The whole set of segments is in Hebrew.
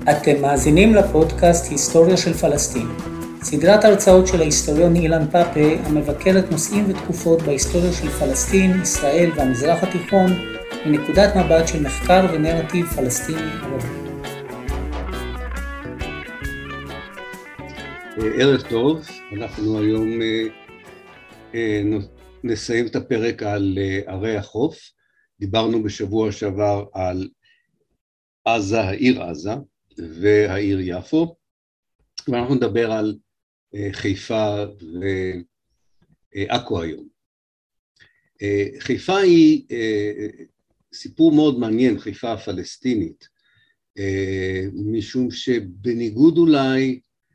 אתם מאזינים לפודקאסט היסטוריה של פלסטין, סדרת הרצאות של ההיסטוריון אילן פאפה המבקרת נושאים ותקופות בהיסטוריה של פלסטין, ישראל והמזרח התיכון מנקודת מבט של מחקר ונרטיב פלסטיני ערבי. ערב טוב, אנחנו היום נסיים את הפרק על ערי החוף. דיברנו בשבוע שעבר על עזה, העיר עזה והעיר יפו, ואנחנו נדבר על חיפה ועכו היום. חיפה היא סיפור מאוד מעניין, חיפה הפלסטינית, משום שבניגוד אולי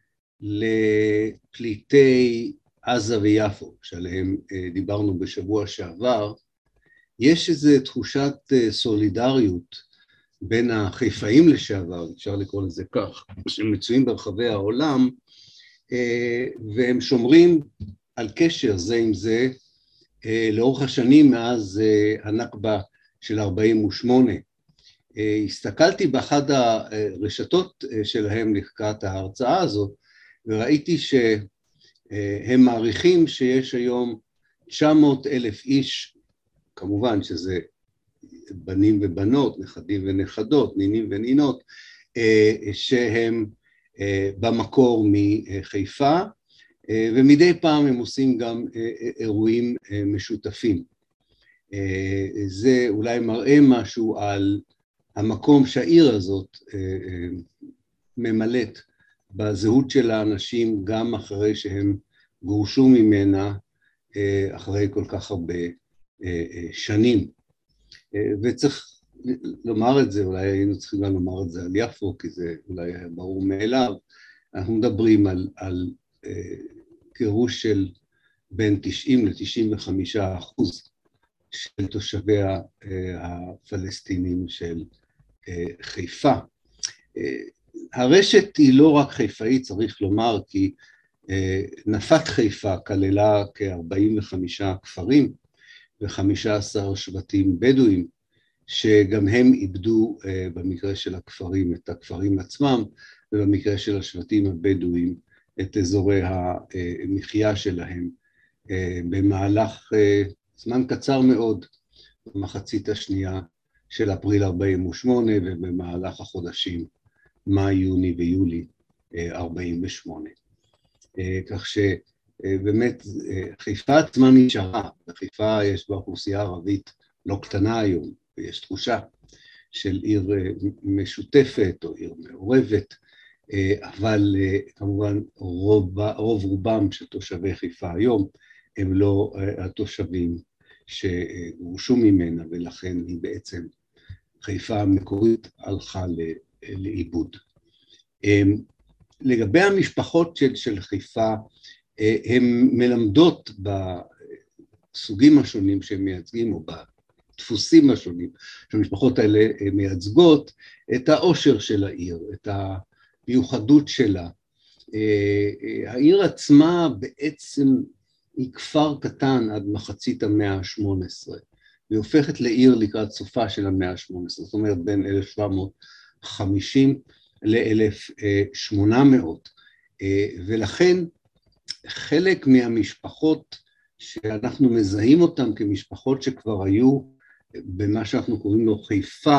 לפליטי עזה ויפו, שעליהם דיברנו בשבוע שעבר, יש איזו תחושת סולידריות בין החיפאים לשעבר, אפשר לקרוא לזה כך, שמצויים ברחבי העולם, והם שומרים על קשר זה עם זה לאורך השנים מאז הנכבה של 48. הסתכלתי באחד הרשתות שלהם לקראת ההרצאה הזאת, וראיתי שהם מעריכים שיש היום 900,000 איש, כמובן שזה בנים ובנות, נכדים ונכדות, נינים ונינות, שהם במקור מחיפה, ומדי פעם הם עושים גם אירועים משותפים. זה אולי מראה משהו על המקום שהעיר הזאת ממלאת בזהות של האנשים, גם אחרי שהם גורשו ממנה, אחרי כל כך הרבה שנים. וצריך לומר את זה, אולי היינו צריכים גם לומר את זה על יפו, כי זה אולי היה ברור מאליו. אנחנו מדברים על גירוש של בין 90 ל-95% של תושביה הפלסטינים של חיפה. הרשת היא לא רק חיפאית, צריך לומר, כי נפת חיפה כללה כ-45 כפרים ו15 שבטים בדואים, שגם הם איבדו במקרה של הכפרים את הכפרים עצמם, ובמקרה של השבטים הבדואים את אזורי המחיה שלהם, במהלך זמן קצר מאוד, במחצית השנייה של אפריל 48, ובמהלך החודשים מאי, יוני ויולי 48. כך שבאמת חיפה עצמה נשארה, בחיפה יש באוכלוסייה הערבית לא קטנה היום, ויש תחושה של עיר משותפת או עיר מעורבת, אבל כמובן רוב רובם של תושבי חיפה היום הם לא התושבים שגורשו ממנה, ולכן היא בעצם חיפה המקורית הלכה לאיבוד. לגבי המשפחות של חיפה, הן מלמדות בסוגים השונים שהם מייצגים, או בדפוסים השונים שהמשפחות האלה מייצגות, את העושר של העיר, את המיוחדות שלה. העיר עצמה בעצם היא כפר קטן עד מחצית המאה ה-18, והיא הופכת לעיר לקראת סופה של המאה ה-18, זאת אומרת בין 1750 ל-1800, ולכן חלק מהמשפחות שאנחנו מזהים אותן כמשפחות שכבר היו במה שאנחנו קוראים לו חיפה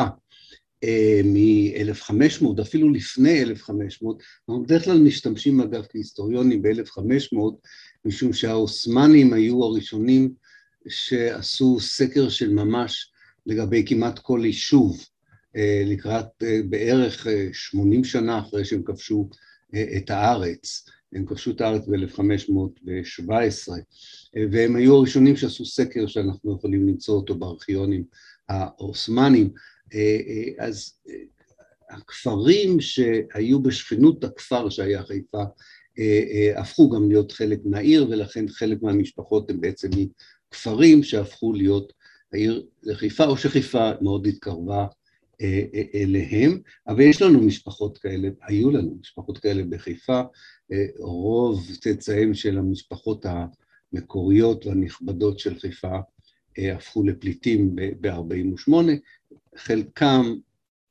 מ-1500, אפילו לפני 1500, אנחנו בדרך כלל משתמשים אגב כהיסטוריונים ב-1500, משום שהאוסמנים היו הראשונים שעשו סקר של ממש לגבי כמעט כל יישוב, לקראת בערך 80 שנה אחרי שהם כבשו את הארץ. הם כבשו את הארץ ב-1517, והם היו הראשונים שעשו סקר שאנחנו יכולים למצוא אותו בארכיונים האוסמנים. אז הכפרים שהיו בשכנות הכפר שהיה חיפה, הפכו גם להיות חלק מהעיר, ולכן חלק מהמשפחות הם בעצם כפרים שהפכו להיות העיר לחיפה, או שחיפה מאוד התקרבה אליהם. אבל יש לנו משפחות כאלה, היו לנו משפחות כאלה בחיפה, רוב צאצאיהם של המשפחות המקוריות והנכבדות של חיפה הפכו לפליטים ב-48, חלקם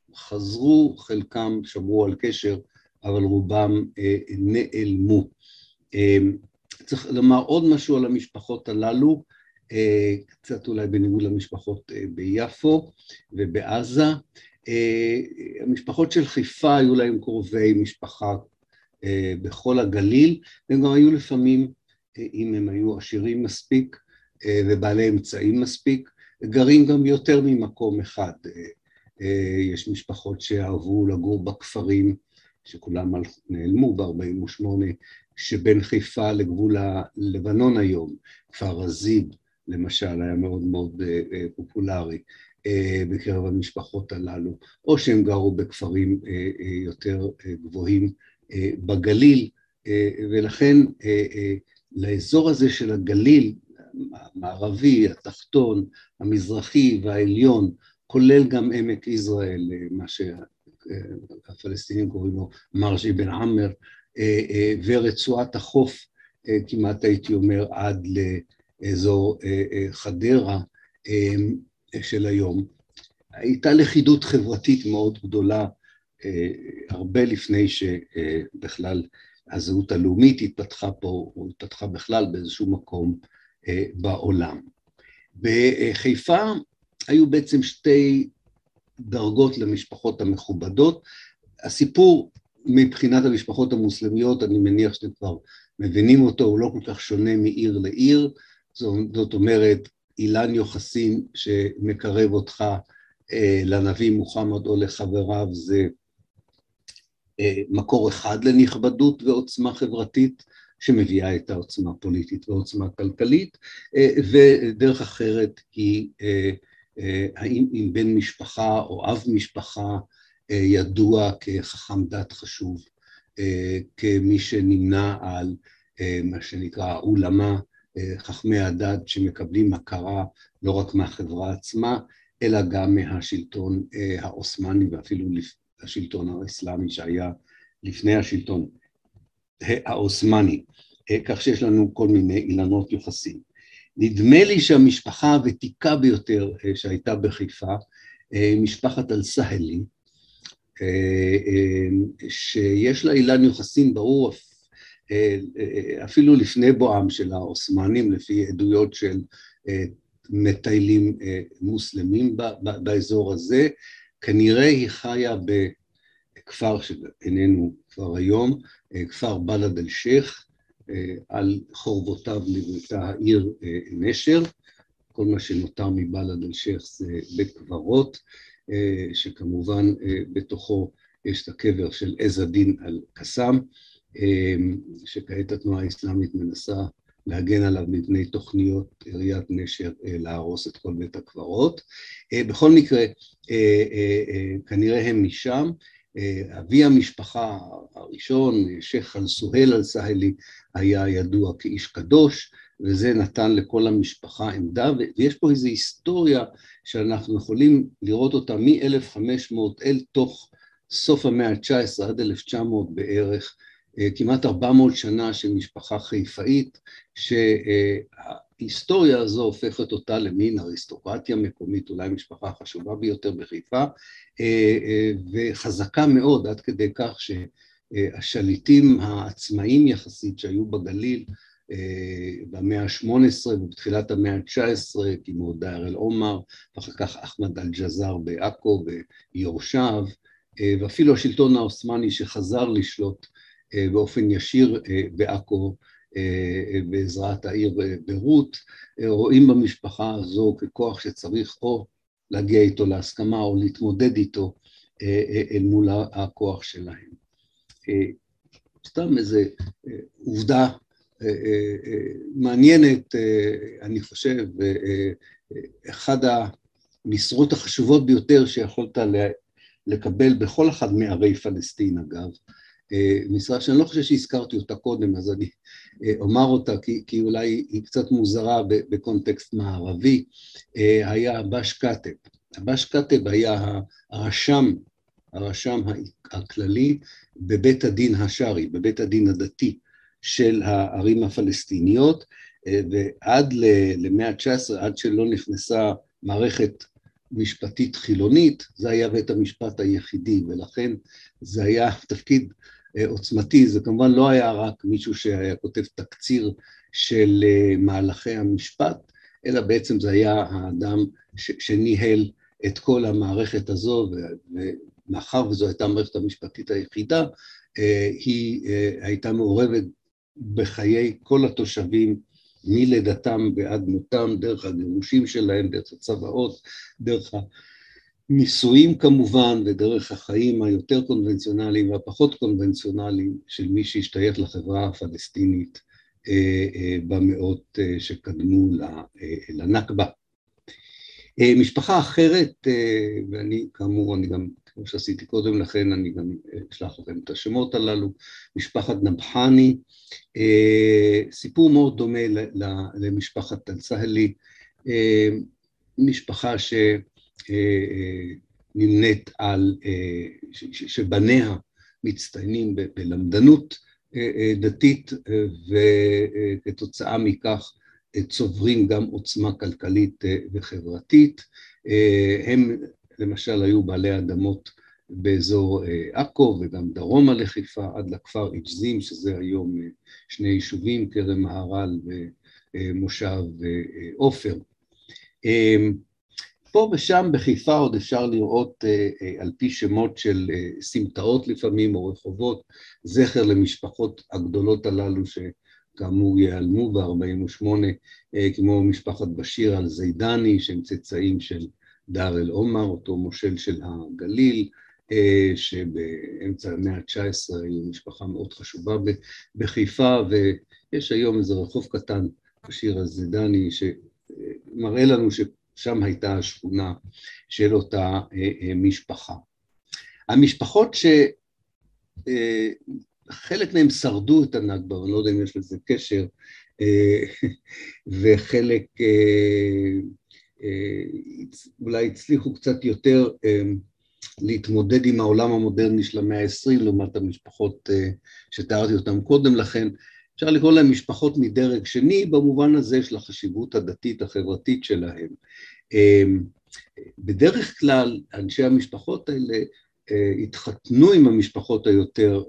חזרו, חלקם שמרו על קשר, אבל רובם נעלמו. צריך לומר עוד משהו על המשפחות הללו, קצת אולי בניגוד למשפחות ביפו ובעזה. המשפחות של חיפה היו להם קרובי משפחה בכל הגליל, והם גם היו לפעמים, אם הם היו עשירים מספיק ובעלי אמצעים מספיק, גרים גם יותר ממקום אחד. יש משפחות שאהבו לגור בכפרים, שכולם נעלמו ב-48, שבין חיפה לגבול הלבנון היום, כפר הזיב למשל היה מאוד מאוד פופולרי בקרב המשפחות הללו, או שהם גרו בכפרים יותר גבוהים בגליל, ולכן לאזור הזה של הגליל, המערבי, התחתון, המזרחי והעליון, כולל גם עמק יזרעאל, מה שהפלסטינים קוראים לו מרג' אבן עמר, ורצועת החוף, כמעט הייתי אומר עד לאזור חדרה של היום. הייתה לכידות חברתית מאוד גדולה, הרבה לפני שבכלל הזהות הלאומית התפתחה פה, או התפתחה בכלל באיזשהו מקום בעולם. בחיפה היו בעצם שתי דרגות למשפחות המכובדות. הסיפור מבחינת המשפחות המוסלמיות, אני מניח שאתם כבר מבינים אותו, הוא לא כל כך שונה מעיר לעיר, זאת אומרת, אילן יוחסין שמקרב אותך לנביא מוחמד או לחבריו, זה מקור אחד לנכבדות ועוצמה חברתית, שמביאה את העוצמה הפוליטית ועוצמה כלכלית, ודרך אחרת היא האם בן משפחה או אב משפחה ידוע כחכם דת חשוב, כמי שנמנה על מה שנקרא עולמה, חכמי הדת שמקבלים הכרה לא רק מהחברה עצמה, אלא גם מהשלטון העות'מאני ואפילו השלטון האסלאמי שהיה לפני השלטון העות'מאני, כך שיש לנו כל מיני אילנות יוחסין. נדמה לי שהמשפחה הוותיקה ביותר שהייתה בחיפה, משפחת אל-סהלי, שיש לה אילן יוחסין ברור אפילו לפני בואם של העות'מאנים, לפי עדויות של מטיילים מוסלמים באזור הזה. כנראה היא חיה בכפר שאיננו כבר היום, כפר בלד אל-שייח, על חורבותיו נבנתה העיר נשר. כל מה שנותר מבלד אל-שייח זה בית קברות, שכמובן בתוכו יש את הקבר של עז א-דין אל-קסאם, שכעת התנועה האסלאמית מנסה להגן עליו מפני תוכניות עיריית נשר להרוס את כל בית הקברות. בכל מקרה, כנראה הם משם. אבי המשפחה הראשון, שייח אל-סוהיל אל-סהלי, היה ידוע כאיש קדוש, וזה נתן לכל המשפחה עמדה, ויש פה איזו היסטוריה שאנחנו יכולים לראות אותה מ-1500 אל תוך סוף המאה ה-19 עד 1900 בערך, כמעט 400 שנה של משפחה חיפאית, שההיסטוריה הזו הופכת אותה למין אריסטוקרטיה מקומית, אולי משפחה חשובה ביותר בחיפה, וחזקה מאוד עד כדי כך שהשליטים העצמאיים יחסית שהיו בגליל, במאה ה-18 ובתחילת המאה ה-19, כמו דאר אל-עומר, ואחר כך אחמד אל-ג'זאר בעכו ויורשיו, ואפילו השלטון העות'מאני שחזר לשלוט באופן ישיר בעכו, בעזרת העיר ביירות, רואים במשפחה הזו ככוח שצריך או להגיע איתו להסכמה או להתמודד איתו אל מול הכוח שלהם. סתם איזו עובדה מעניינת, אני חושב, אחד המשרות החשובות ביותר שיכולת לקבל בכל אחד מערי פלסטין אגב, משרה שאני לא חושב שהזכרתי אותה קודם, אז אני אומר אותה כי אולי היא קצת מוזרה בקונטקסט מערבי, היה הבש כתב. הבש כתב היה הרשם הכללי בבית הדין השרעי, בבית הדין הדתי של הערים הפלסטיניות, ועד למאה ה-19, עד שלא נכנסה מערכת משפטית חילונית, זה היה בית המשפט היחידי, ולכן זה היה תפקיד עוצמתי. זה כמובן לא היה רק מישהו שהיה כותב תקציר של מהלכי המשפט, אלא בעצם זה היה האדם שניהל את כל המערכת הזו, ומאחר וזו הייתה המערכת המשפטית היחידה, היא הייתה מעורבת בחיי כל התושבים, מלידתם ועד מותם, דרך הגירושים שלהם, דרך הצוואות, דרך הנישואים כמובן, ודרך החיים היותר קונבנציונליים והפחות קונבנציונליים של מי שהשתייך לחברה הפלסטינית במאות שקדמו לנכבה. משפחה אחרת, ואני כאמור, אני גם, כמו שעשיתי קודם לכן, אני גם אשלח לכם את השמות הללו, משפחת נבחני, סיפור מאוד דומה למשפחת אל-סהלי, משפחה שנמנית על, שבניה מצטיינים בלמדנות דתית, וכתוצאה מכך צוברים גם עוצמה כלכלית וחברתית. הם למשל היו בעלי אדמות באזור עכו וגם דרומה לחיפה, עד לכפר אג'זים, שזה היום שני יישובים, כרם מהר"ל ומושב עופר. פה ושם בחיפה עוד אפשר לראות על פי שמות של סמטאות לפעמים או רחובות, זכר למשפחות הגדולות הללו שכאמור ייעלמו ב-48, כמו משפחת בשיר אל-זידני, שהם צאצאים של דאר אל עומר, אותו מושל של הגליל, שבאמצע המאה ה-19 היו משפחה מאוד חשובה בחיפה, ויש היום איזה רחוב קטן בשיר אל-זידני שמראה לנו ששם הייתה השכונה של אותה משפחה. המשפחות שחלק מהם שרדו את הנכבה, אני לא יודע אם יש לזה קשר, וחלק אולי הצליחו קצת יותר להתמודד עם העולם המודרני של המאה ה-20, לעומת המשפחות שתיארתי אותן קודם לכן. אפשר לקרוא להם משפחות מדרג שני, במובן הזה של החשיבות הדתית החברתית שלהם. בדרך כלל אנשי המשפחות האלה התחתנו עם המשפחות היותר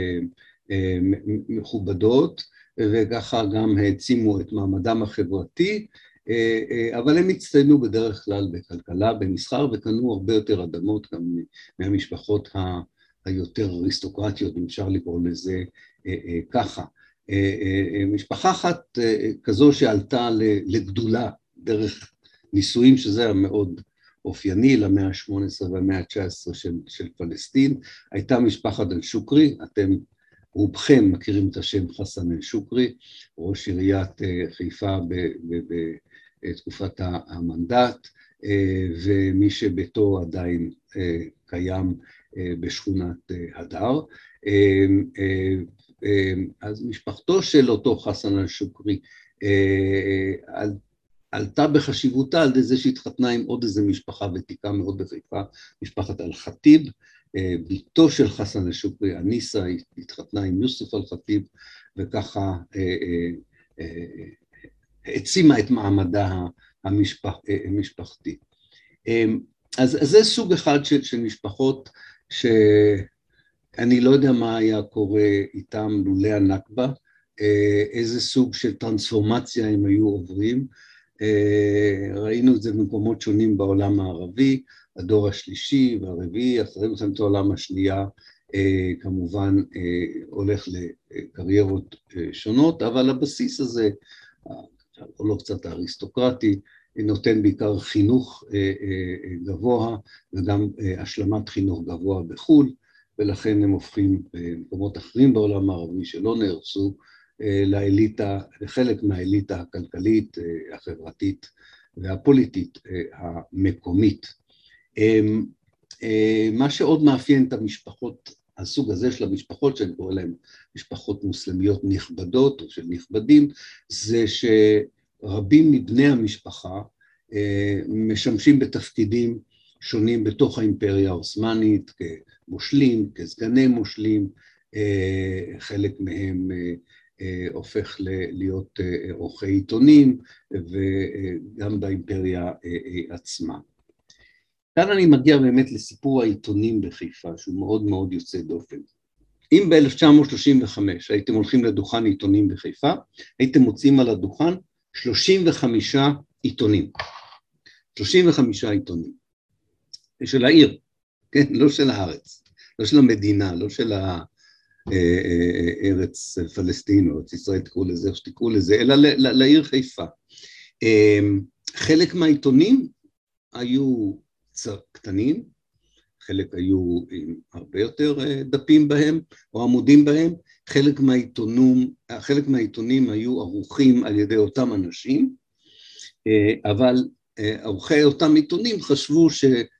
מכובדות, וככה גם העצימו את מעמדם החברתי, אבל הם הצטיינו בדרך כלל בכלכלה, במסחר, וקנו הרבה יותר אדמות גם מהמשפחות היותר אריסטוקרטיות, אם אפשר לקרוא לזה ככה. משפחה אחת כזו שעלתה לגדולה דרך נישואים, שזה היה מאוד אופייני למאה ה-18 והמאה ה-19 של פלסטין, הייתה משפחת אל-שוקרי. אתם רובכם מכירים את השם חסן אל-שוקרי, ראש עיריית חיפה בתקופת המנדט, ומי שביתו עדיין קיים בשכונת הדר. אז משפחתו של אותו חסן אל-שוקרי עלתה בחשיבותה על זה שהתחתנה עם עוד איזה משפחה ותיקה מאוד בחיפה, משפחת אל-חטיב, ביתו של חסן אל-שוקרי, אניסה, התחתנה עם יוסף אל-חטיב, וככה העצימה את מעמדה המשפחתי. אז זה סוג אחד של משפחות שאני לא יודע מה היה קורה איתם לולא הנכבה, איזה סוג של טרנספורמציה הם היו עוברים. ראינו את זה במקומות שונים בעולם הערבי, הדור השלישי והרביעי, אחרי מלחמת העולם השנייה, כמובן הולך לקריירות שונות, אבל הבסיס הזה, או לא קצת האריסטוקרטי, נותן בעיקר חינוך גבוה, וגם השלמת חינוך גבוה בחו"ל, ולכן הם הופכים במקומות אחרים בעולם הערבי שלא נהרסו, לאליטה, לחלק מהאליטה הכלכלית, החברתית והפוליטית המקומית. מה שעוד מאפיין את המשפחות, הסוג הזה של המשפחות, שאני קורא להן משפחות מוסלמיות נכבדות או של נכבדים, זה שרבים מבני המשפחה משמשים בתפקידים שונים בתוך האימפריה העות'מאנית, כמושלים, כסגני מושלים, חלק מהם הופך להיות עורכי עיתונים, וגם באימפריה עצמה. כאן אני מגיע באמת לסיפור העיתונים בחיפה, שהוא מאוד מאוד יוצא דופן. אם ב-1935 הייתם הולכים לדוכן עיתונים בחיפה, הייתם מוצאים על הדוכן 35 עיתונים. 35 עיתונים. של העיר, כן? לא של הארץ, לא של המדינה, לא של הארץ פלסטין, או ארץ ישראל תקראו לזה, איך שתקראו לזה, אלא לעיר חיפה. חלק מהעיתונים היו קטנים, חלק היו עם הרבה יותר דפים בהם, או עמודים בהם, חלק מהעיתונים היו ערוכים על ידי אותם אנשים, אבל עורכי אותם עיתונים חשבו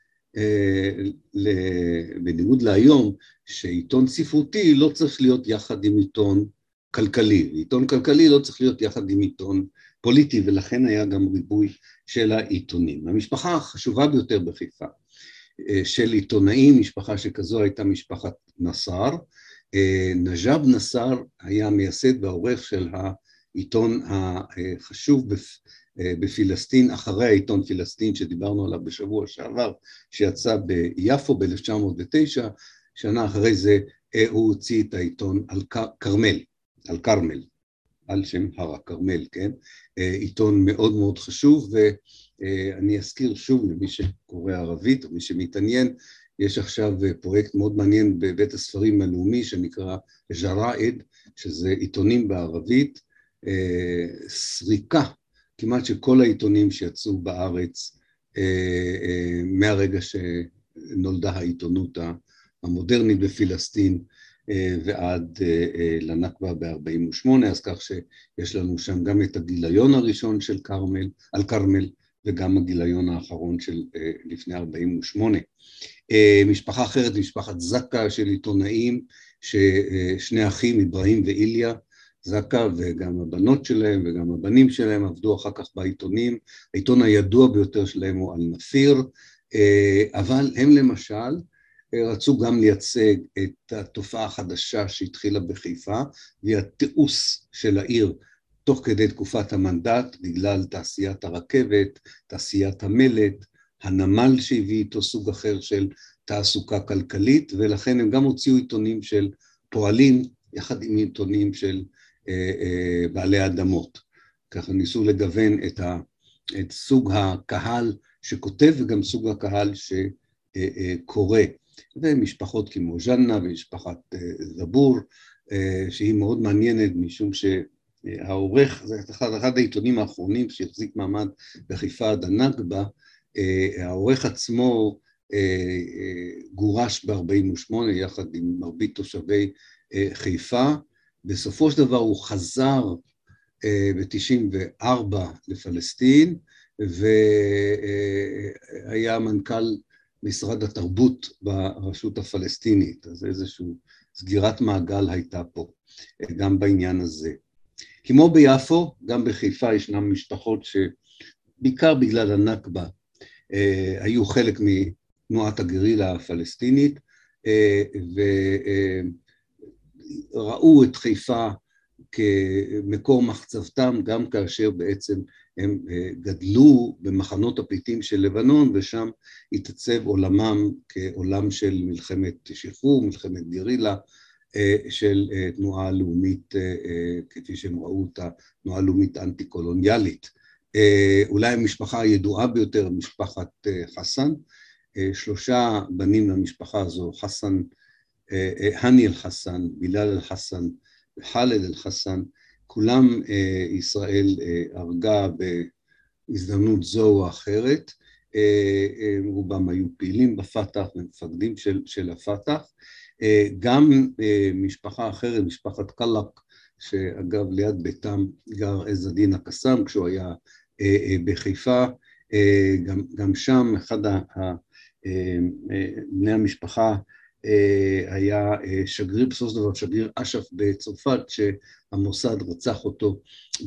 בניגוד להיום, שעיתון ספרותי לא צריך להיות יחד עם עיתון כלכלי, ועיתון כלכלי לא צריך להיות יחד עם עיתון פוליטי, ולכן היה גם ריבוי של העיתונים. המשפחה החשובה ביותר בחיפה של עיתונאים, משפחה שכזו הייתה משפחת נסר. נג'אב נסר היה מייסד והעורך של העיתון החשוב בפלסטין, אחרי העיתון פלסטין שדיברנו עליו בשבוע שעבר, שיצא ביפו ב-1909, שנה אחרי זה הוא הוציא את העיתון על כרמל, על שם הר הכרמל, כן? עיתון מאוד מאוד חשוב, ואני אזכיר שוב למי שקורא ערבית או מי שמתעניין, יש עכשיו פרויקט מאוד מעניין בבית הספרים הלאומי שנקרא ג'ראיד, שזה עיתונים בערבית, סריקה כמעט שכל העיתונים שיצאו בארץ מהרגע שנולדה העיתונות המודרנית בפלסטין ועד לנכבה ב-48, אז כך שיש לנו שם גם את הגיליון הראשון של כרמל וגם הגיליון האחרון של לפני 48. משפחה אחרת, משפחת זקה של עיתונאים, ששני אחים, אברהים ואיליה זקה, וגם הבנות שלהם וגם הבנים שלהם עבדו אחר כך בעיתונים. העיתון הידוע ביותר שלהם הוא אל-נפיר, אבל הם למשל רצו גם לייצג את התופעה החדשה שהתחילה בחיפה, והיא התיעוש של העיר תוך כדי תקופת המנדט, בגלל תעשיית הרכבת, תעשיית המלט, הנמל שהביא איתו סוג אחר של תעסוקה כלכלית, ולכן הם גם הוציאו עיתונים של פועלים, יחד עם עיתונים של בעלי אדמות. ככה ניסו לגוון את סוג הקהל שכותב וגם סוג הקהל שקורא. ומשפחות כמו ז'נה ומשפחת זבור, שהיא מאוד מעניינת משום שהעורך, זה אחד העיתונים האחרונים שהחזיק מעמד בחיפה עד הנכבה, העורך עצמו גורש ב-48 יחד עם מרבית תושבי חיפה, בסופו של דבר הוא חזר ב-94 לפלסטין, והיה מנכ"ל משרד התרבות ברשות הפלסטינית, אז איזושהי סגירת מעגל הייתה פה, גם בעניין הזה. כמו ביפו, גם בחיפה ישנם משפחות שבעיקר בגלל הנכבה, היו חלק מתנועת הגרילה הפלסטינית, וראו את חיפה כמקור מחצבתם, גם כאשר בעצם הם גדלו במחנות הפליטים של לבנון, ושם התעצב עולמם כעולם של מלחמת שחרור, מלחמת גרילה, של תנועה לאומית, כפי שהם ראו אותה, תנועה לאומית אנטי-קולוניאלית. אולי המשפחה הידועה ביותר, משפחת חסן, 3 בנים למשפחה הזו, חסן, הני אל-חסן, בילאל אל-חסן וחאלד אל-חסן, כולם ישראל הרגה בהזדמנות זו או אחרת, רובם היו פעילים בפתח ומפקדים של הפתח, גם משפחה אחרת, משפחת קלק, שאגב ליד ביתם גר עז א-דין הקסאם כשהוא היה בחיפה, גם שם אחד בני המשפחה היה שגריר, בסופו של דבר שגריר אש"ף בצרפת, שהמוסד רצח אותו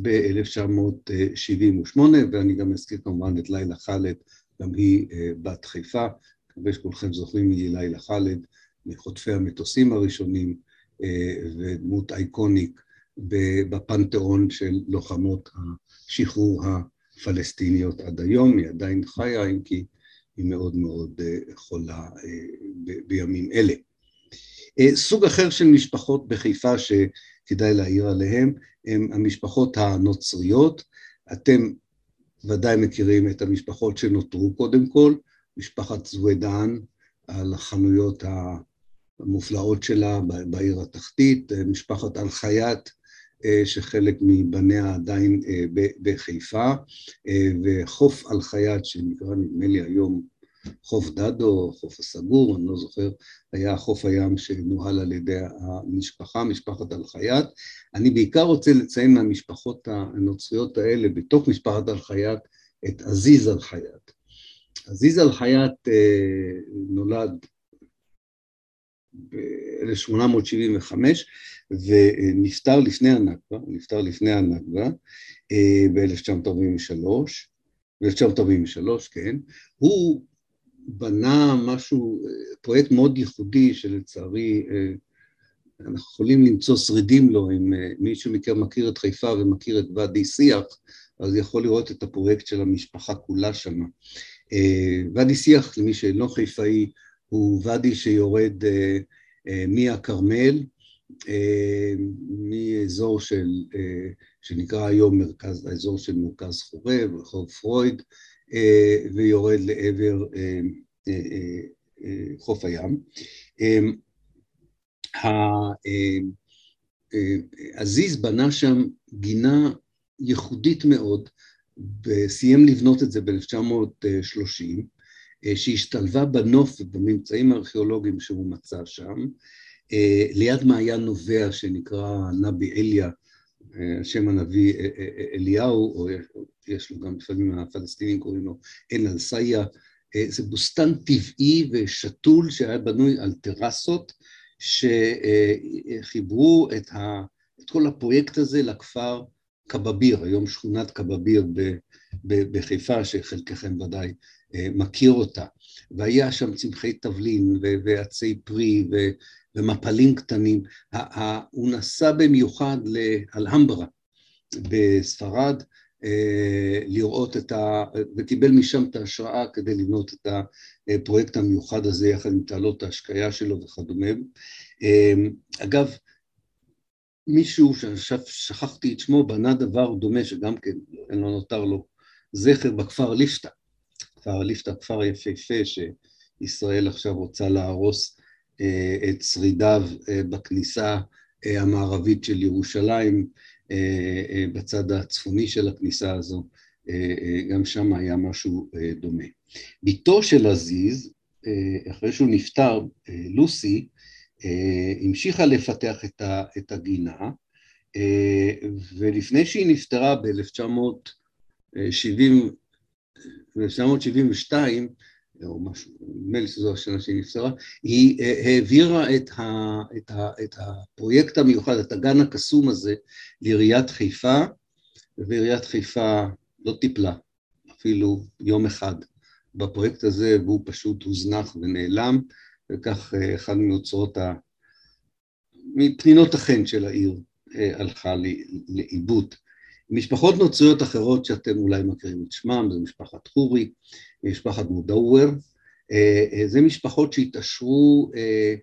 ב-1978, ואני גם אזכיר כמובן את לילה חאלד, גם היא בת חיפה, מקווה שכולכם זוכרים מי לילה חאלד, מחוטפי המטוסים הראשונים, ודמות אייקוניק בפנתיאון של לוחמות השחרור הפלסטיניות עד היום. היא עדיין חיה, אם כי מאוד מאוד חולה בימים אלה. סוג אחר של משפחות בחיפה שכדאי להעיר עליהם, הם המשפחות הנוצריות. אתם ודאי מכירים את המשפחות שנותרו קודם כל, משפחת זווידן, על החנויות המופלאות שלה בעיר התחתית, משפחת אל-חייט, שחלק מבניה עדיין בחיפה, וחוף אל-חייט שנקרא נדמה לי היום חוף דדו, חוף הסגור, אני לא זוכר, היה חוף הים שנוהל על ידי המשפחה, משפחת אל-חייט. אני בעיקר רוצה לציין מהמשפחות הנוצריות האלה, בתוך משפחת אל-חייט, את עזיז אל-חייט. עזיז אל-חייט נולד ב-1875, ונפטר לפני הנכבה, ב-1943, כן. הוא בנה משהו, פרויקט מאוד ייחודי שלצערי אנחנו יכולים למצוא שרידים לו, אם מי שמכיר את חיפה ומכיר את ואדי שיח, אז יכול לראות את הפרויקט של המשפחה כולה שם. ואדי שיח, למי שאינו חיפאי, הוא ואדי שיורד מהכרמל, מאזור שנקרא היום מרכז, האזור של מרכז חורב, רחוב פרויד, ויורד לעבר חוף הים. עזיז בנה שם גינה ייחודית מאוד, וסיים לבנות את זה ב-1930, שהשתלבה בנוף ובממצאים הארכיאולוגיים שהוא מצא שם, ליד מעיין נובע שנקרא נבי אליה, שם הנביא אליהו, או יש לו גם לפעמים הפלסטינים קוראים לו עין אל-סייע. זה בוסתן טבעי ושתול שהיה בנוי על טרסות, שחיברו את כל הפרויקט הזה לכפר קבביר, היום שכונת קבביר בחיפה, שחלקכם ודאי מכיר אותה. והיה שם צמחי תבלין ועצי פרי ומפלים קטנים. הוא נסע במיוחד לאלהמברה בספרד, לראות וקיבל משם את ההשראה כדי לבנות את הפרויקט המיוחד הזה, יחד עם תעלות ההשקיה שלו וכדומה. אגב, מישהו ששכחתי את שמו, בנה דבר דומה שגם כן, אין לו נותר לו זכר, בכפר ליפתא. כפר ליפתא, כפר יפהפה שישראל עכשיו רוצה להרוס את שרידיו בכניסה המערבית של ירושלים, בצד הצפוני של הכניסה הזו, גם שם היה משהו דומה. ביתו של עזיז, אחרי שהוא נפטר, לוסי, המשיכה לפתח את הגינה, ולפני שהיא נפטרה ב-1972, או משהו, נדמה לי שזו השנה שהיא נפטרה, היא העבירה את הפרויקט המיוחד, את הגן הקסום הזה, לעיריית חיפה, ועיריית חיפה לא טיפלה, אפילו יום אחד בפרויקט הזה, והוא פשוט הוזנח ונעלם, וכך אחד מאוצרות מפנינות החן של העיר הלכה לאיבוד. משפחות נוצריות אחרות שאתם אולי מכירים את שמם, זה משפחת חורי, משפחת מודאוור, זה משפחות שהתעשרו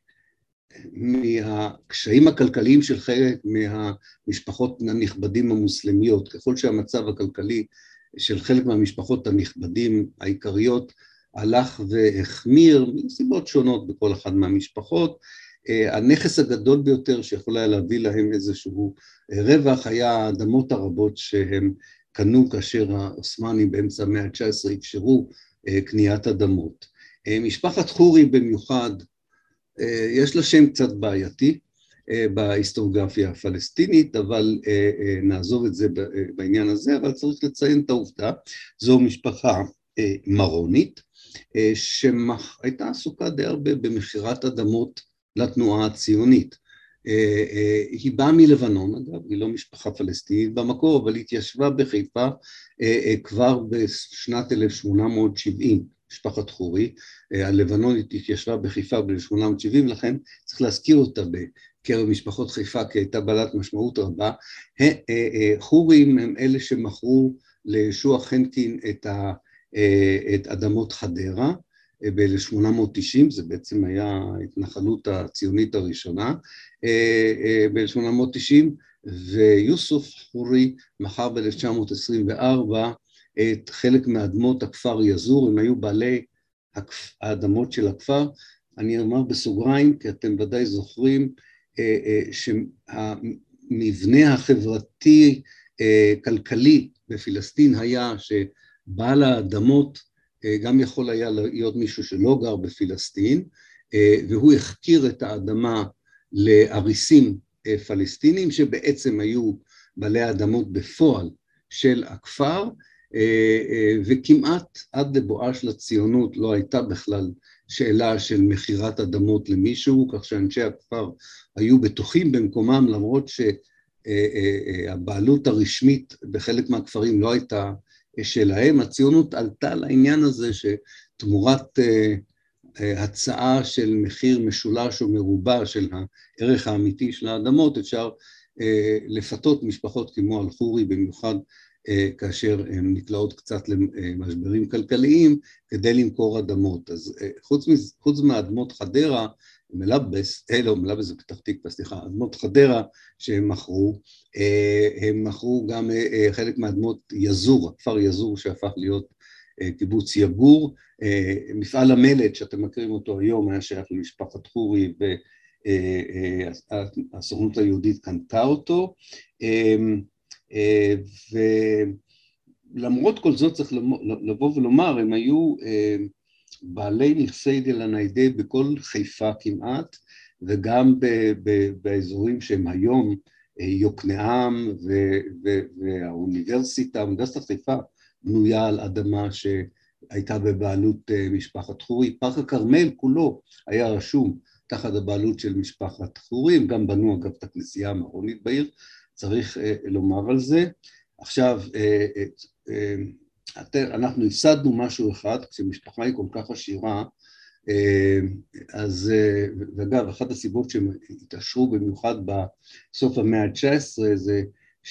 מהקשיים הכלכליים של חלק מהמשפחות הנכבדים המוסלמיות. ככל שהמצב הכלכלי של חלק מהמשפחות הנכבדים העיקריות הלך והחמיר מסיבות שונות בכל אחד מהמשפחות, הנכס הגדול ביותר שיכול היה להביא להם איזשהו רווח היה האדמות הרבות שהם קנו כאשר העות'מאנים באמצע המאה ה-19 אפשרו קניית אדמות. משפחת חורי במיוחד, יש לה שם קצת בעייתי בהיסטוריוגרפיה הפלסטינית, אבל נעזוב את זה בעניין הזה, אבל צריך לציין את העובדה, זו משפחה מרונית, שהייתה עסוקה די הרבה במכירת אדמות לתנועה הציונית. היא באה מלבנון, אגב, היא לא משפחה פלסטינית במקור, אבל התיישבה בחיפה כבר בשנת 1870, משפחת חורי, הלבנונית התיישבה בחיפה ב-1870, לכן צריך להזכיר אותה בקרב משפחות חיפה, כי הייתה בעלת משמעות רבה. חורים הם אלה שמכרו לישוע חנקין את אדמות חדרה ב-1890, זה בעצם היה ההתנחלות הציונית הראשונה ב-1890, ויוסוף חורי מכר ב-1924 את חלק מאדמות הכפר יזור, הם היו בעלי האדמות של הכפר. אני אומר בסוגריים, כי אתם ודאי זוכרים, שהמבנה החברתי כלכלי בפלסטין היה שבעל האדמות גם יכול היה להיות מישהו שלא גר בפלסטין, והוא החכיר את האדמה לאריסים פלסטינים שבעצם היו בעלי האדמות בפועל של הכפר, וכמעט עד לבואה של הציונות לא הייתה בכלל שאלה של מחירת אדמות למישהו, כך שאנשי הכפר היו בטוחים במקומם, למרות שהבעלות הרשמית בחלק מהכפרים לא הייתה שלהם. הציונות עלתה לעניין הזה שתמורת הצעה של מחיר משולש או מרובע של הערך האמיתי של האדמות, אפשר לפתות משפחות כמו אל-חורי, במיוחד כאשר הן נקלעות קצת למשברים כלכליים, כדי למכור אדמות. אז חוץ מאדמות חדרה, מלבס זה פתח תקווה, סליחה, אדמות חדרה שהם מכרו, הם מכרו גם חלק מאדמות יזור, הכפר יזור שהפך להיות קיבוץ יגור. מפעל המלט שאתם מכירים אותו היום היה שייך למשפחת חורי, והסוכנות היהודית קנתה אותו, ולמרות כל זאת צריך לבוא ולומר, הם היו בעלי נכסי דלניידי בכל חיפה כמעט, וגם באזורים שהם היום יוקנעם והאוניברסיטה, אוניברסיטת חיפה בנויה על אדמה שהייתה בבעלות משפחת חורי. פארק הכרמל כולו היה רשום תחת הבעלות של משפחת חורי, הם גם בנו אגב את הכנסייה המרונית בעיר, צריך לומר על זה. עכשיו, אנחנו הפסדנו משהו אחד, כשמשפחה היא כל כך עשירה, אז, ואגב, אחת הסיבות שהם התעשרו במיוחד בסוף המאה ה-19, זה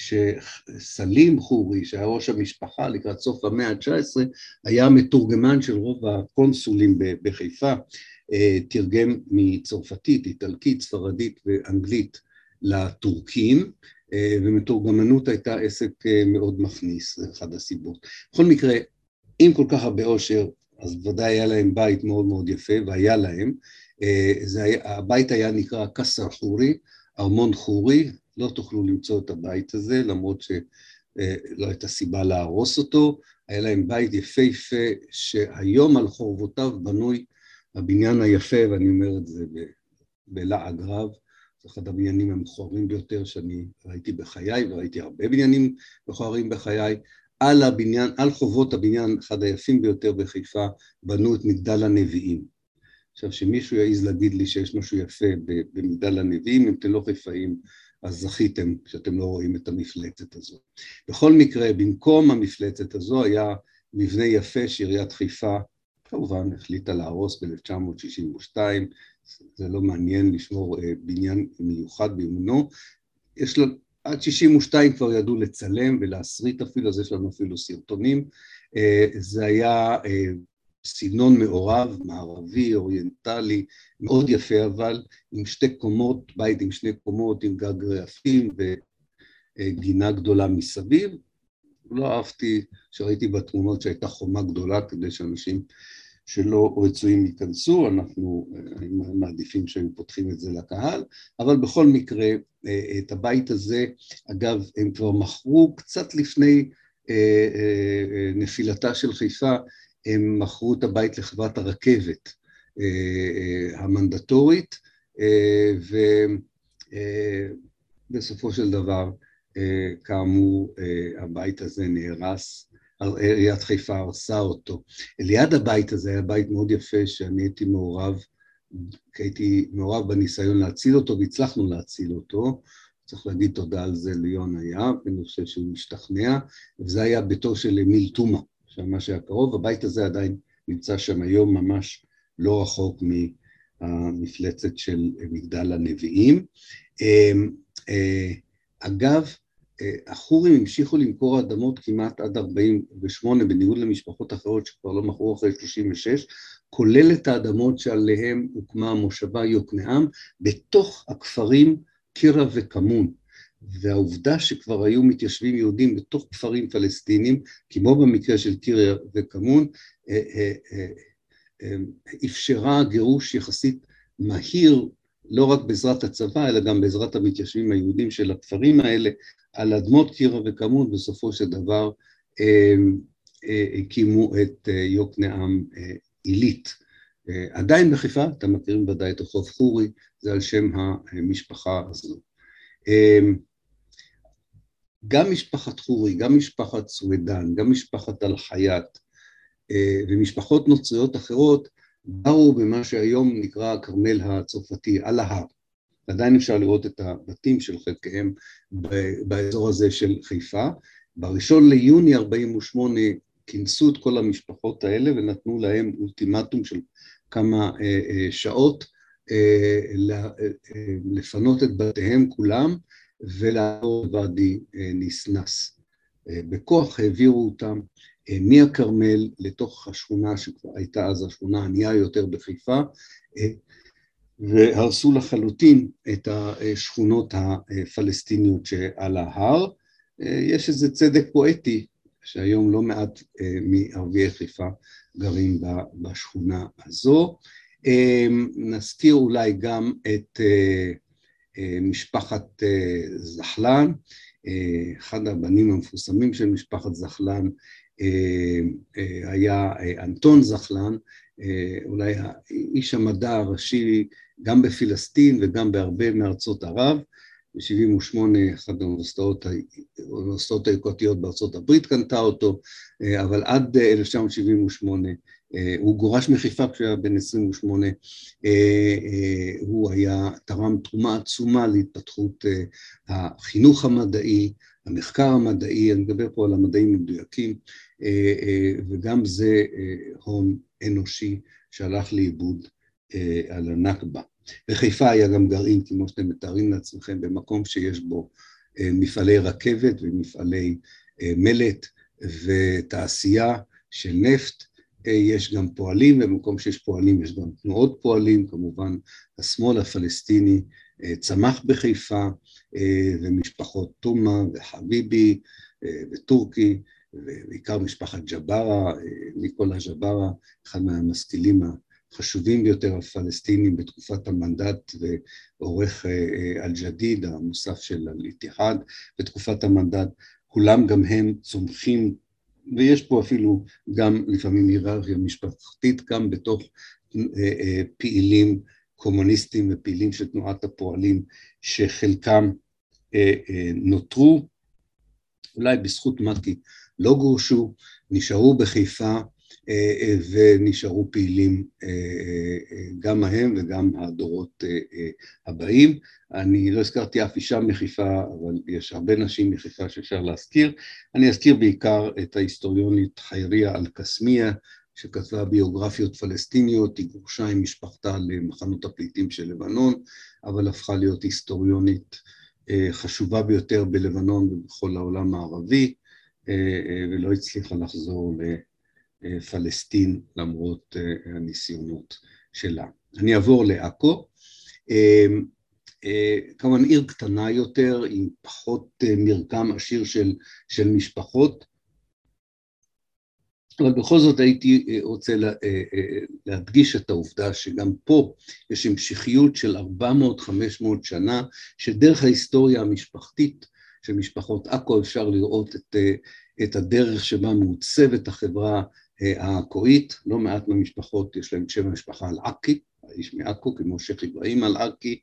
שסלים חורי, שהיה ראש המשפחה לקראת סוף המאה ה-19, היה מתורגמן של רוב הקונסולים בחיפה, תרגם מצרפתית, איטלקית, ספרדית ואנגלית לטורקים, ומתורגמנות הייתה עסק מאוד מכניס, זה אחד הסיבות. בכל מקרה, עם כל כך הרבה עושר, אז ודאי היה להם בית מאוד מאוד יפה, והיה להם, הבית היה נקרא קסר חורי, ארמון חורי, לא תוכלו למצוא את הבית הזה, למרות שלא הייתה סיבה להרוס אותו, היה להם בית יפהפה, שהיום על חורבותיו בנוי הבניין היפה, ואני אומר את זה בלעג רב, זה אחד הבניינים המכוערים ביותר שאני ראיתי בחיי, וראיתי הרבה בניינים מכוערים בחיי. על הבניין, על חובות הבניין, אחד היפים ביותר בחיפה, בנו את מגדל הנביאים. עכשיו, שמישהו יעז להגיד לי שיש משהו יפה במגדל הנביאים, אם אתם לא חיפאים, אז זכיתם שאתם לא רואים את המפלצת הזו. בכל מקרה, במקום המפלצת הזו היה מבנה יפה שעיריית חיפה, כמובן החליטה להרוס ב-1962, זה לא מעניין לשמור בניין מיוחד באמונו, יש לו, עד 62 כבר ידעו לצלם ולהסריט אפילו, אז יש לנו אפילו סרטונים, זה היה סגנון מעורב, מערבי, אוריינטלי, מאוד יפה אבל, עם שתי קומות, בית עם שני קומות, עם גג רעפים וגינה גדולה מסביב. לא אהבתי שראיתי בתמונות שהייתה חומה גדולה כדי שאנשים שלא רצויים ייכנסו, אנחנו מעדיפים שהם פותחים את זה לקהל, אבל בכל מקרה את הבית הזה, אגב הם כבר מכרו קצת לפני נפילתה של חיפה, הם מכרו את הבית לחברת הרכבת המנדטורית, ובסופו של דבר, כאמור, הבית הזה נהרס, עיריית חיפה הרסה אותו. ליד הבית הזה היה בית מאוד יפה שאני הייתי מעורב בניסיון להציל אותו, והצלחנו להציל אותו, צריך להגיד תודה על זה ליון היה, ואני חושב שהוא משתכנע, וזה היה ביתו של אמיל תומה, שממש היה קרוב, הבית הזה עדיין נמצא שם היום ממש לא רחוק מהמפלצת של מגדל הנביאים. אגב, החורים המשיכו למכור אדמות כמעט עד 48, בניגוד למשפחות אחרות שכבר לא מכרו אחרי 36, כולל את האדמות שעליהם הוקמה המושבה יוקנעם, בתוך הכפרים קירה וכמון. והעובדה שכבר היו מתיישבים יהודים בתוך כפרים פלסטינים, כמו במקרה של קירה וכמון, אפשרה גירוש יחסית מהיר, לא רק בעזרת הצבא, אלא גם בעזרת המתיישבים היהודים של הכפרים האלה, על אדמות קירה וכמון, בסופו של דבר הקימו את יוקנעם עילית. עדיין בחיפה, אתם מכירים ודאי את רחוב חורי, זה על שם המשפחה הזו. גם משפחת חורי, גם משפחת סוידן, גם משפחת אל-חייט, ומשפחות נוצריות אחרות, באו במה שהיום נקרא הכרמל הצרפתי, על ההר. עדיין אפשר לראות את הבתים של חלקיהם באזור הזה של חיפה. בראשון ליוני 48 כינסו את כל המשפחות האלה ונתנו להם אולטימטום של כמה שעות לפנות את בתיהם כולם ולעבור לוואדי ניסנס. בכוח העבירו אותם מהכרמל לתוך השכונה שכבר הייתה אז השכונה הענייה יותר בחיפה, והרסו לחלוטין את השכונות הפלסטיניות שעל ההר. יש איזה צדק פואטי שהיום לא מעט מערביי חיפה גרים בשכונה הזו. נזכיר אולי גם את משפחת זחלן, אחד הבנים המפורסמים של משפחת זחלן היה אנטון זחלן, אולי איש המדע הראשי גם בפלסטין וגם בהרבה מארצות ערב. ב-78 אחת האוניברסיטאות היוקרתיות בארצות הברית קנתה אותו, אבל עד 1978 הוא גורש מחיפה כשהיה בן 28, הוא תרם תרומה עצומה להתפתחות החינוך המדעי, המחקר המדעי, אני מדבר פה על המדעים המדויקים, וגם זה הון אנושי שהלך לאיבוד על הנכבה. בחיפה היה גם גרעין, כמו שאתם מתארים לעצמכם, במקום שיש בו מפעלי רכבת ומפעלי מלט ותעשייה של נפט, יש גם פועלים, במקום שיש פועלים יש גם תנועות פועלים, כמובן השמאל הפלסטיני צמח בחיפה, ומשפחות תומה וחביבי וטורקי, ובעיקר משפחת ג'ברה, ניקולה ג'ברה, אחד מהמשכילים החשובים ביותר הפלסטינים בתקופת המנדט, ועורך אל-ג'דיד, המוסף של אל-איתיחד, בתקופת המנדט, כולם גם הם צומחים, ויש פה אפילו גם לפעמים היררכיה משפחתית, גם בתוך פעילים קומוניסטים ופעילים של תנועת הפועלים, שחלקם נותרו, אולי בזכות מקי לא גורשו, נשארו בחיפה ונשארו פעילים גם ההם וגם הדורות הבאים. אני לא הזכרתי אף אישה מחיפה, אבל יש הרבה נשים מחיפה שאפשר להזכיר. אני אזכיר בעיקר את ההיסטוריונית חייריה אל-קסמיה, שכתבה ביוגרפיות פלסטיניות, היא גורשה עם משפחתה למחנות הפליטים של לבנון, אבל הפכה להיות היסטוריונית חשובה ביותר בלבנון ובכל העולם הערבי, ולא הצליחה לחזור לפלסטין למרות הניסיונות שלה. אני אעבור לעכו, כמובן עיר קטנה יותר, עם פחות מרקם עשיר של משפחות, אבל בכל זאת הייתי רוצה להדגיש את העובדה שגם פה יש המשכיות של 400-500 שנה, שדרך ההיסטוריה המשפחתית של משפחות עכו אפשר לראות את הדרך שבה מעוצבת החברה העכואית. לא מעט מהמשפחות יש להם שם המשפחה אל-עכי, האיש מעכו כמו שייח' אברהים אל-עכי.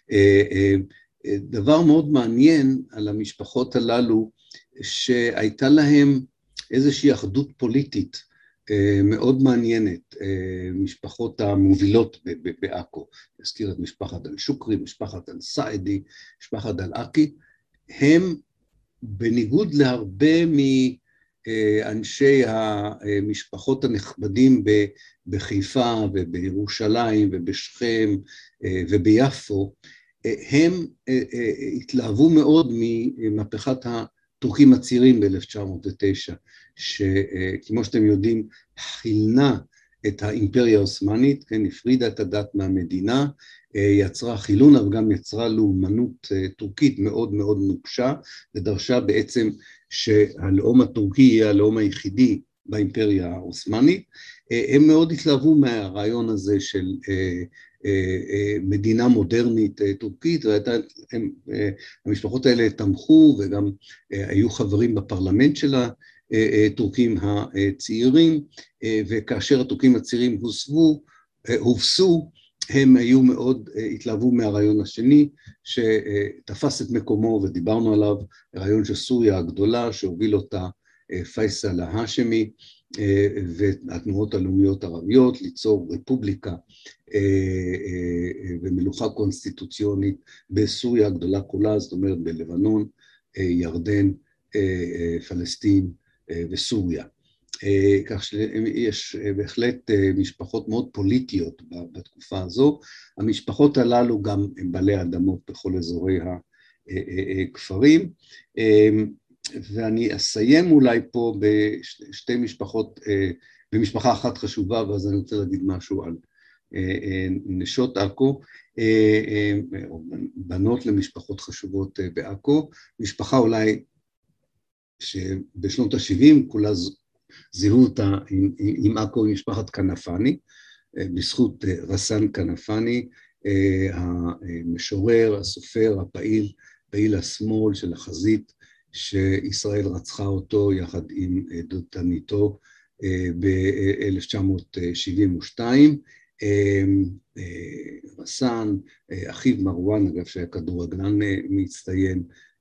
דבר מאוד מעניין על המשפחות הללו, שהייתה להם איזושהי אחדות פוליטית מאוד מעניינת, משפחות המובילות בעכו, נזכיר את משפחת אל-שוקרי, משפחת אל-סעדי, משפחת אל-עכי, הם בניגוד להרבה מאנשי המשפחות הנכבדים בחיפה ובירושלים ובשכם וביפו, הם התלהבו מאוד ממהפכת הטורקים הצעירים ב-1909, שכמו שאתם יודעים, חילנה את האימפריה העות'מאנית, כן, הפרידה את הדת מהמדינה, יצרה חילון, אבל גם יצרה לאומנות טורקית מאוד מאוד נוקשה, ודרשה בעצם שהלאום הטורקי יהיה הלאום היחידי באימפריה העות'מאנית. הם מאוד התלהבו מהרעיון הזה של מדינה מודרנית טורקית, המשפחות האלה תמכו וגם היו חברים בפרלמנט של הטורקים הצעירים, וכאשר הטורקים הצעירים הובסו, הם היו מאוד התלהבו מהרעיון השני, שתפס את מקומו ודיברנו עליו, הרעיון של סוריה הגדולה, שהוביל אותה פייסל ההאשמי, והתנועות הלאומיות הערביות, ליצור רפובליקה ומלוכה קונסטיטוציונית בסוריה הגדולה כולה, זאת אומרת בלבנון, ירדן, פלסטין וסוריה. כך שיש בהחלט משפחות מאוד פוליטיות בתקופה הזו. המשפחות הללו גם הם בעלי אדמות בכל אזורי הכפרים, ואני אסיים אולי פה בשתי משפחות, במשפחה אחת חשובה, ואז אני רוצה להגיד משהו על נשות עכו, או בנות למשפחות חשובות בעכו, משפחה אולי שבשנות ה-70 כולה זיהו אותה עם עכו, עם משפחת כנפני, בזכות רסן כנפני, המשורר, הסופר, פעיל השמאל של החזית, שישראל רצחה אותו יחד עם דודתניתו ב-1972, רסן, אחיו מרואן, אגב שהיה כדורגלן מצטיין,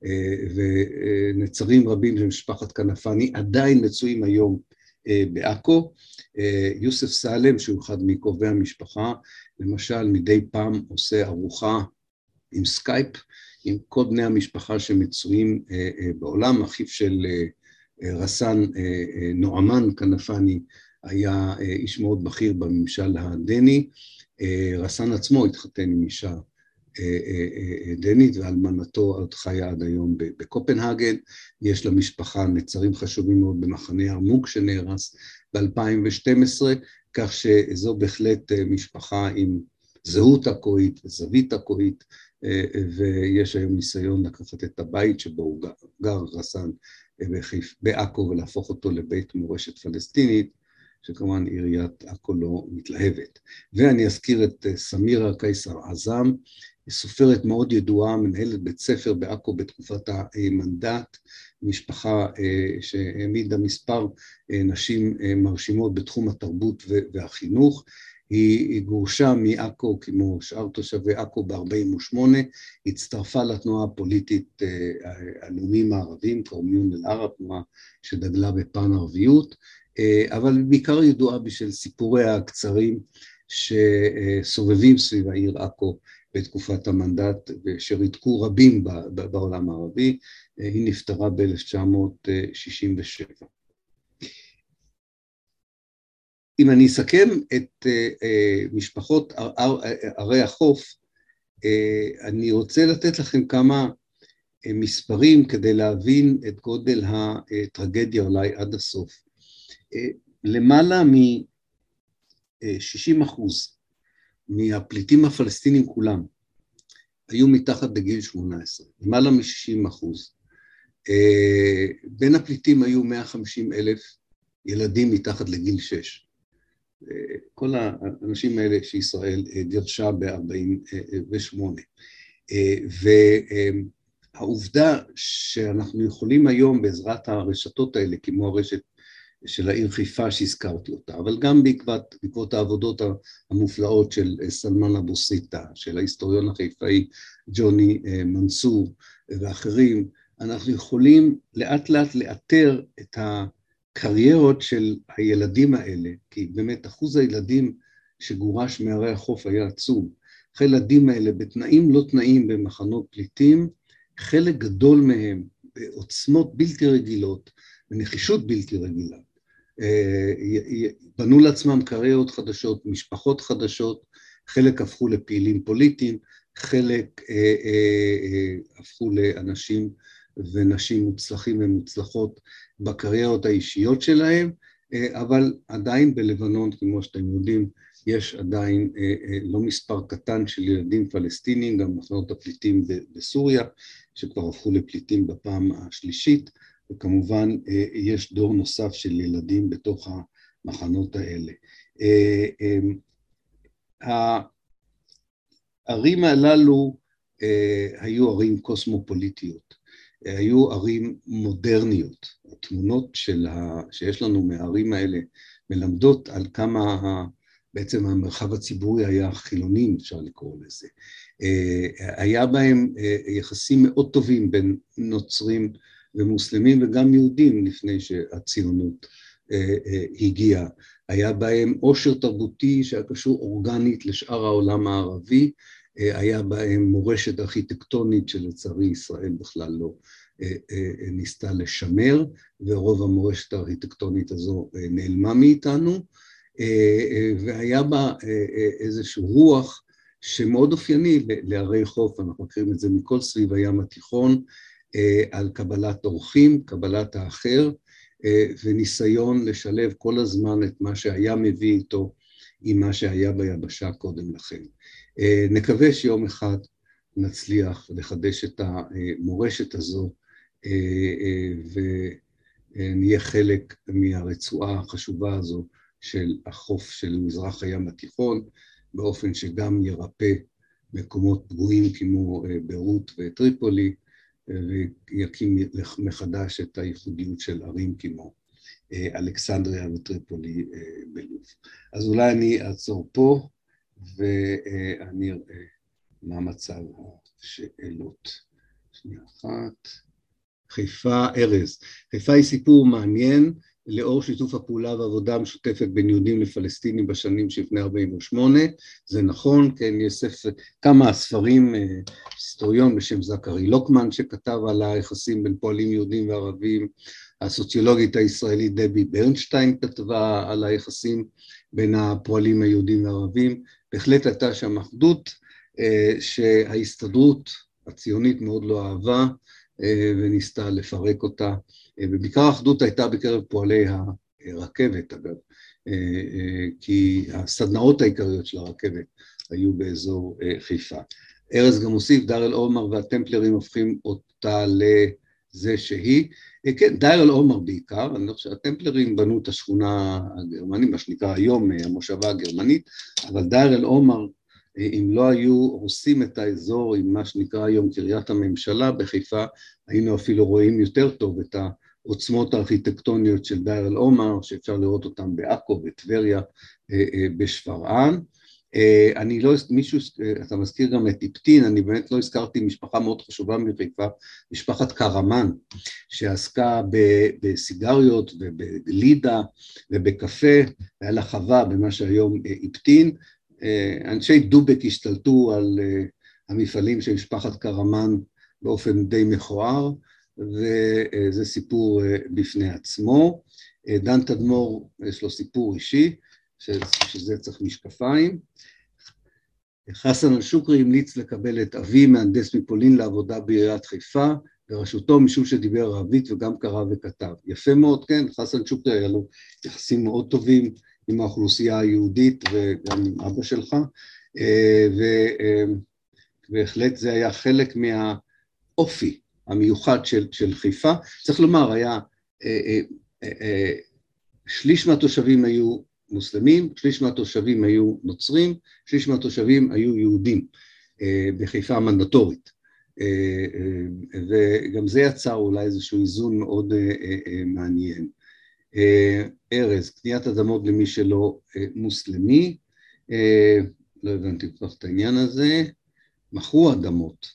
ונצרים רבים של משפחת כנפני עדיין מצויים היום בעכו. יוסף סלם, שהוא אחד מקרובי המשפחה, למשל מדי פעם עושה ארוחה עם סקייפ, עם כל בני המשפחה שמצויים בעולם. אחיו של רסן, נועמן כנפני, היה איש מאוד בכיר בממשל הדני. רסן עצמו התחתן עם אישה דנית, ואלמנתו עוד חיה עד היום בקופנהגן. יש למשפחה נצרים חשובים מאוד במחנה ירמוק שנהרס ב-2012, כך שזו בהחלט משפחה עם זהות עכואית וזווית עכואית, ויש היום ניסיון לקחת את הבית שבו הוא גר רסן בעכו ולהפוך אותו לבית מורשת פלסטינית, שכמובן עיריית עכו לא מתלהבת. ואני אזכיר את סמירה קיסר עזם, סופרת מאוד ידועה, מנהלת בית ספר בעכו בתקופת המנדט, משפחה שהעמידה מספר נשים מרשימות בתחום התרבות והחינוך. היא גורשה מעכו כמו שאר תושבי עכו ב-48, הצטרפה לתנועה הפוליטית הלאומיים הערבים, קאומיון אל-ערב, תנועה שדגלה בפן ערביות, אבל בעיקר ידועה בשביל סיפוריה הקצרים שסובבים סביב העיר עכו בתקופת המנדט, שריתקו רבים בעולם הערבי. היא נפטרה ב-1967. אם אני אסכם את משפחות ערי החוף, אני רוצה לתת לכם כמה מספרים כדי להבין את גודל הטרגדיה אולי עד הסוף. למעלה מ-60% מהפליטים הפלסטינים כולם היו מתחת לגיל 18, למעלה מ-60%. בין הפליטים היו 150,000 ילדים מתחת לגיל 6. כל האנשים האלה שישראל גירשה ב-48. והעובדה שאנחנו יכולים היום בעזרת הרשתות האלה, כמו הרשת של העיר חיפה שהזכרתי אותה, אבל גם בעקבות העבודות המופלאות של סלמן אבו סיטה, של ההיסטוריון החיפאי ג'וני מנסור ואחרים, אנחנו יכולים לאט לאט לאתר את הקריירות של הילדים האלה, כי באמת אחוז הילדים שגורש מערי החוף היה עצום. הילדים האלה בתנאים לא תנאים במחנות פליטים, חלק גדול מהם בעוצמות בלתי רגילות, בנחישות בלתי רגילה, בנו לעצמם קריירות חדשות, משפחות חדשות, חלק הפכו לפעילים פוליטיים, חלק הפכו לאנשים ונשים מוצלחים ומוצלחות בקריירות האישיות שלהם, אבל עדיין בלבנון, כמו שאתם יודעים, יש עדיין לא מספר קטן של ילדים פלסטינים, גם מחנות הפליטים בסוריה, שכבר הפכו לפליטים בפעם השלישית, וכמובן יש דור נוסף של ילדים בתוך המחנות האלה. הערים הללו היו ערים קוסמופוליטיות, היו ערים מודרניות. התמונות שיש לנו מהערים האלה מלמדות על כמה בעצם המרחב הציבורי היה חילונים, אפשר לקרוא לזה. היה בהם יחסים מאוד טובים בין נוצרים ומוסלמים וגם יהודים לפני שהציונות הגיעה. היה בהם עושר תרבותי שהיה קשור אורגנית לשאר העולם הערבי, היה בהם מורשת ארכיטקטונית שלצערי ישראל בכלל לא ניסתה לשמר, ורוב המורשת הארכיטקטונית הזו נעלמה מאיתנו, והיה בה איזשהו רוח שמאוד אופייני לערי חוף, אנחנו מכירים את זה מכל סביב הים התיכון, על קבלת אורחים, קבלת האחר, וניסיון לשלב כל הזמן את מה שהיה מביא איתו עם מה שהיה ביבשה קודם לכן. נקווה שיום אחד נצליח לחדש את המורשת הזו, ונהיה חלק מהרצועה החשובה הזו של החוף של מזרח הים התיכון, באופן שגם ירפא מקומות פגועים כמו ביירות וטריפולי, ויקים מחדש את הייחודיות של ערים כמו אלכסנדריה וטריפולי בלוב. אז אולי אני אעצור פה, ואני אראה מה מצב השאלות. שנייה אחת. חיפה, ארז. חיפה היא סיפור מעניין, לאור שיתוף הפעולה והעבודה המשותפת בין יהודים לפלסטינים בשנים שלפני 48, זה נכון, כן, יש כמה ספרים, היסטוריון בשם זכרי לוקמן שכתב על היחסים בין פועלים יהודים וערבים, הסוציולוגית הישראלית דבי ברנשטיין כתבה על היחסים בין הפועלים היהודים והערבים, בהחלט הייתה שם אחדות שההסתדרות הציונית מאוד לא אהבה, וניסתה לפרק אותה, ובעיקר האחדות הייתה בקרב פועלי הרכבת, אגב, כי הסדנאות העיקריות של הרכבת היו באזור חיפה. ארז גם הוסיף, דאר אל עומר והטמפלרים הופכים אותה לזה שהיא, כן, דאר אל עומר בעיקר, אני חושב שהטמפלרים בנו את השכונה הגרמנית, מה שנקרא היום המושבה הגרמנית, אבל דאר אל עומר, אם לא היו הורסים את האזור עם מה שנקרא היום קריית הממשלה בחיפה, היינו אפילו רואים יותר טוב את העוצמות הארכיטקטוניות של דאר אל עומר, שאפשר לראות אותם בעכו, בטבריה, בשפרעם. אני לא, מישהו, אתה מזכיר גם את איפטין, אני באמת לא הזכרתי משפחה מאוד חשובה מחיפה, משפחת קרמן, שעסקה בסיגריות ובגלידה ובקפה, היה לה חווה במה שהיום איפטין, אנשי דובק השתלטו על המפעלים של משפחת קרמן באופן די מכוער, וזה סיפור בפני עצמו. דן תדמור יש לו סיפור אישי, שזה צריך משקפיים. חסן אל-שוקרי המליץ לקבל את אבי מהנדס מפולין לעבודה בעיריית חיפה, בראשותו משום שדיבר ערבית וגם קרא וכתב. יפה מאוד, כן, חסן שוקרי היה לו יחסים מאוד טובים עם האוכלוסייה היהודית וגם עם אבא שלך, ובהחלט זה היה חלק מהאופי המיוחד של חיפה. צריך לומר, היה שליש מהתושבים היו מוסלמים, שליש מהתושבים היו נוצרים, שליש מהתושבים היו יהודים בחיפה המנדטורית, וגם זה יצר אולי איזשהו איזון מאוד מעניין. ארז, קניית אדמות למי שלא מוסלמי, לא הבנתי כבר את העניין הזה, מכרו אדמות,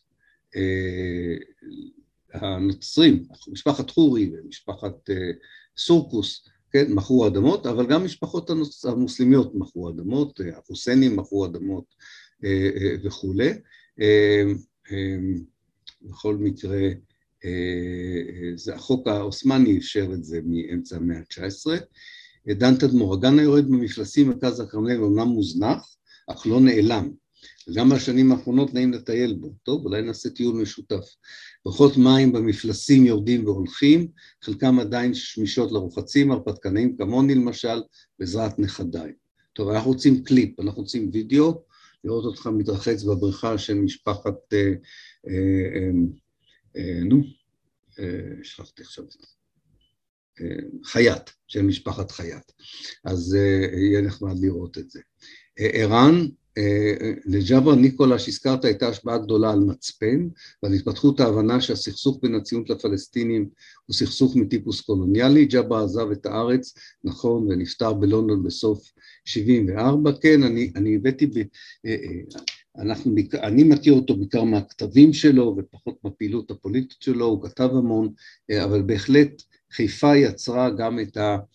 הנוצרים, משפחת חורי ומשפחת סורקוס, כן, מכרו אדמות, אבל גם משפחות המוסלמיות מכרו אדמות, החוסנים מכרו אדמות וכו'. בכל מקרה, זה החוק האוסמני אפשר את זה מאמצע המאה ה-19. דן תדמור, הגן היורד במפלסים מרכז הכרמל אומנם מוזנח, אך לא נעלם, וגם בשנים האחרונות נעים לטייל בו. טוב, אולי נעשה טיול משותף. בריכות מים במפלסים יורדים והולכים, חלקם עדיין שמישות לרוחצים, הרפתקנאים כמוני למשל, בעזרת נכדיי. טוב, אנחנו רוצים קליפ, אנחנו רוצים וידאו, לראות אותך מתרחץ בבריכה של משפחת, שכחתי עכשיו, חייט, של משפחת חייט. אז יהיה נחמד לראות את זה. ערן, לג'אבר ניקולה שהזכרת הייתה השפעה גדולה על מצפן, ועל התפתחות ההבנה שהסכסוך בין הציונות לפלסטינים הוא סכסוך מטיפוס קולוניאלי. ג'אבר עזב את הארץ, נכון, ונפטר בלונדון בסוף 74, כן, אני הבאתי, אני מכיר אותו בעיקר מהכתבים שלו, ופחות בפעילות הפוליטית שלו, הוא כתב המון, אבל בהחלט חיפה יצרה גם את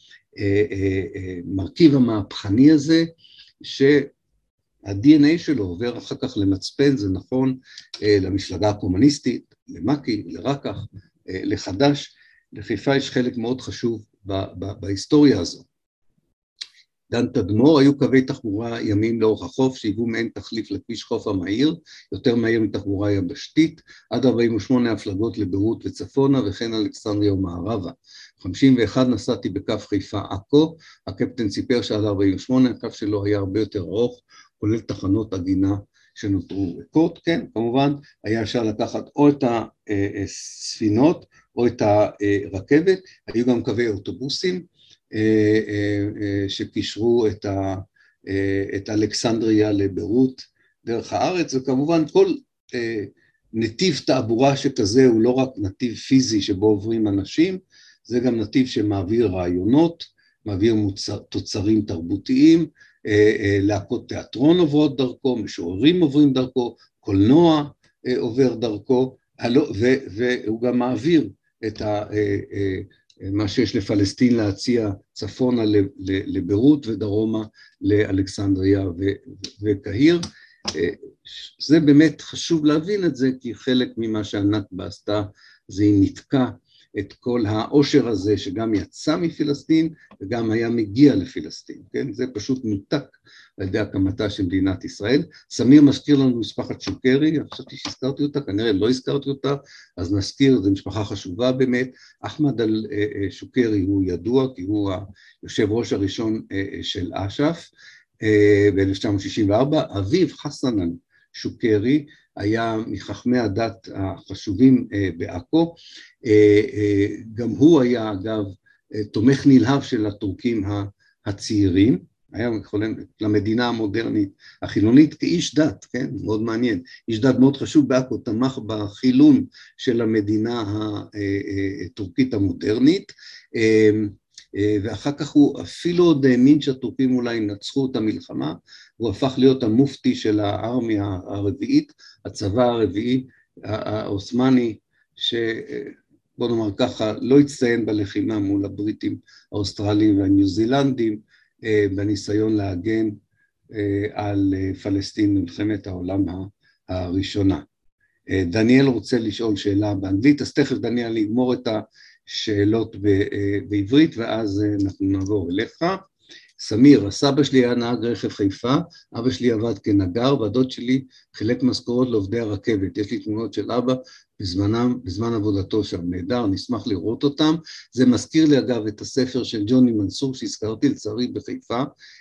המרכיב המהפכני הזה, שה-DNA שלו עובר אחר כך למצפן, זה נכון, למפלגה הקומוניסטית, למק"י, לרק"ח, לחד"ש, לחיפה יש חלק מאוד חשוב בהיסטוריה הזו. דן תדמור, היו קווי תחבורה ימיים לאורך החוף, שהיוו מעין תחליף לכביש חוף המהיר, יותר מהיר מתחבורה יבשתית, עד 48 הפלגות לביירות וצפונה, וכן אלכסנדריה ומערבה. 51 נסעתי בקו חיפה עכו, הקפטן סיפר שעד 48, הקו שלו היה הרבה יותר ארוך, כולל תחנות עגינה שנותרו ריקות, כן, כמובן, היה אפשר לקחת או את הספינות, או את הרכבת, היו גם קווי אוטובוסים, שקישרו את אלכסנדריה לביירות דרך הארץ, וכמובן כל נתיב תעבורה שכזה הוא לא רק נתיב פיזי שבו עוברים אנשים, זה גם נתיב שמעביר רעיונות, מעביר תוצרים תרבותיים, להקות תיאטרון עוברות דרכו, משוררים עוברים דרכו, קולנוע עובר דרכו, והוא גם מעביר את מה שיש לפלסטין להציע צפונה לביירות ודרומה לאלכסנדריה וקהיר. זה באמת חשוב להבין את זה, כי חלק ממה שהנכבה עשתה זה היא נתקע את כל העושר הזה שגם יצא מפלסטין וגם היה מגיע לפלסטין, כן? זה פשוט נותק על ידי הקמתה של מדינת ישראל. סמיר מזכיר לנו משפחת שוקרי, אני חשבתי שהזכרתי אותה, כנראה לא הזכרתי אותה, אז נזכיר, זו משפחה חשובה באמת. אחמד שוקרי הוא ידוע, כי הוא היושב ראש הראשון של אש"ף, ב-1964, אביו חסן שוקרי, היה מחכמי הדת החשובים בעכו, גם הוא היה אגב תומך נלהב של הטורקים הצעירים, היה למדינה המודרנית החילונית כאיש דת, כן, מאוד מעניין, איש דת מאוד חשוב בעכו, תמך בחילון של המדינה הטורקית המודרנית, ואחר כך הוא אפילו עוד האמין שהטורקים אולי ינצחו את המלחמה, הוא הפך להיות המופתי של הארמיה הרביעית, הצבא הרביעי האוסמני, שבוא נאמר ככה, לא הצטיין בלחימה מול הבריטים, האוסטרלים והניו זילנדים, בניסיון להגן על פלסטין במלחמת העולם הראשונה. דניאל רוצה לשאול שאלה באנגלית, אז תכף דניאל נגמור את השאלות בעברית, ואז אנחנו נעבור אליך. סמיר, הסבא שלי היה נהג רכב חיפה, אבא שלי עבד כנגר, והדוד שלי חילק משכורות לעובדי הרכבת. יש לי תמונות של אבא בזמן עבודתו שם, נהדר, נשמח לראות אותם. זה מזכיר לי אגב את הספר של ג'וני מנסור שהזכרתי לצערי בחיפה,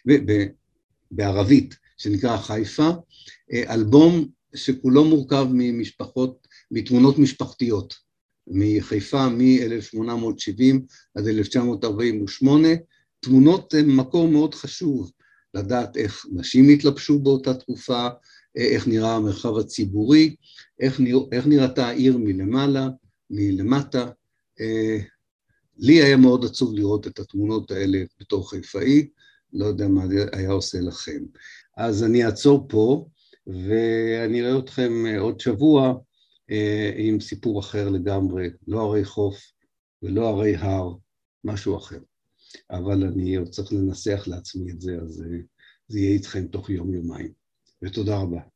בערבית, שנקרא חיפה, אלבום שכולו מורכב מתמונות משפחתיות, מחיפה מ-1870 עד 1948, תמונות הן מקור מאוד חשוב, לדעת איך נשים התלבשו באותה תקופה, איך נראה המרחב הציבורי, איך נראתה העיר מלמעלה, מלמטה. לי היה מאוד עצוב לראות את התמונות האלה בתור חיפאי, לא יודע מה היה עושה לכם. אז אני אעצור פה, ואני אראה אתכם עוד שבוע עם סיפור אחר לגמרי, לא הרי חוף ולא הרי הר, משהו אחר. אבל אני צריך לנסח לעצמי את זה, אז זה יהיה איתכם תוך יום-יומיים. ותודה רבה.